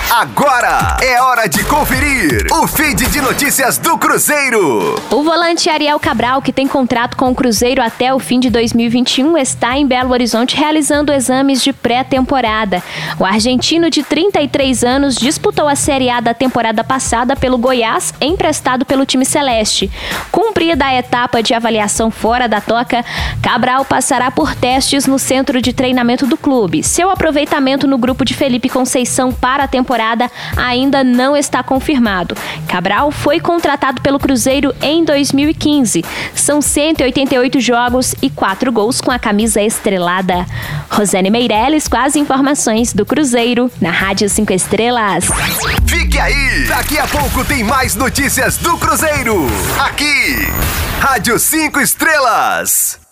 Agora é hora de conferir o feed de notícias do Cruzeiro. O volante Ariel Cabral, que tem contrato com o Cruzeiro até o fim de 2021, está em Belo Horizonte realizando exames de pré-temporada. O argentino de 33 anos disputou a Série A da temporada passada pelo Goiás, emprestado pelo time celeste. Cumprida a etapa de avaliação fora da toca, Cabral passará por testes no centro de treinamento do clube. Seu aproveitamento no grupo de Felipe Conceição para a temporada ainda não está confirmado. Cabral foi contratado pelo Cruzeiro em 2015. São 188 jogos e 4 gols com a camisa estrelada. Rosane Meirelles com as informações do Cruzeiro na Rádio 5 Estrelas. Fique aí! Daqui a pouco tem mais notícias do Cruzeiro. Aqui, Rádio 5 Estrelas.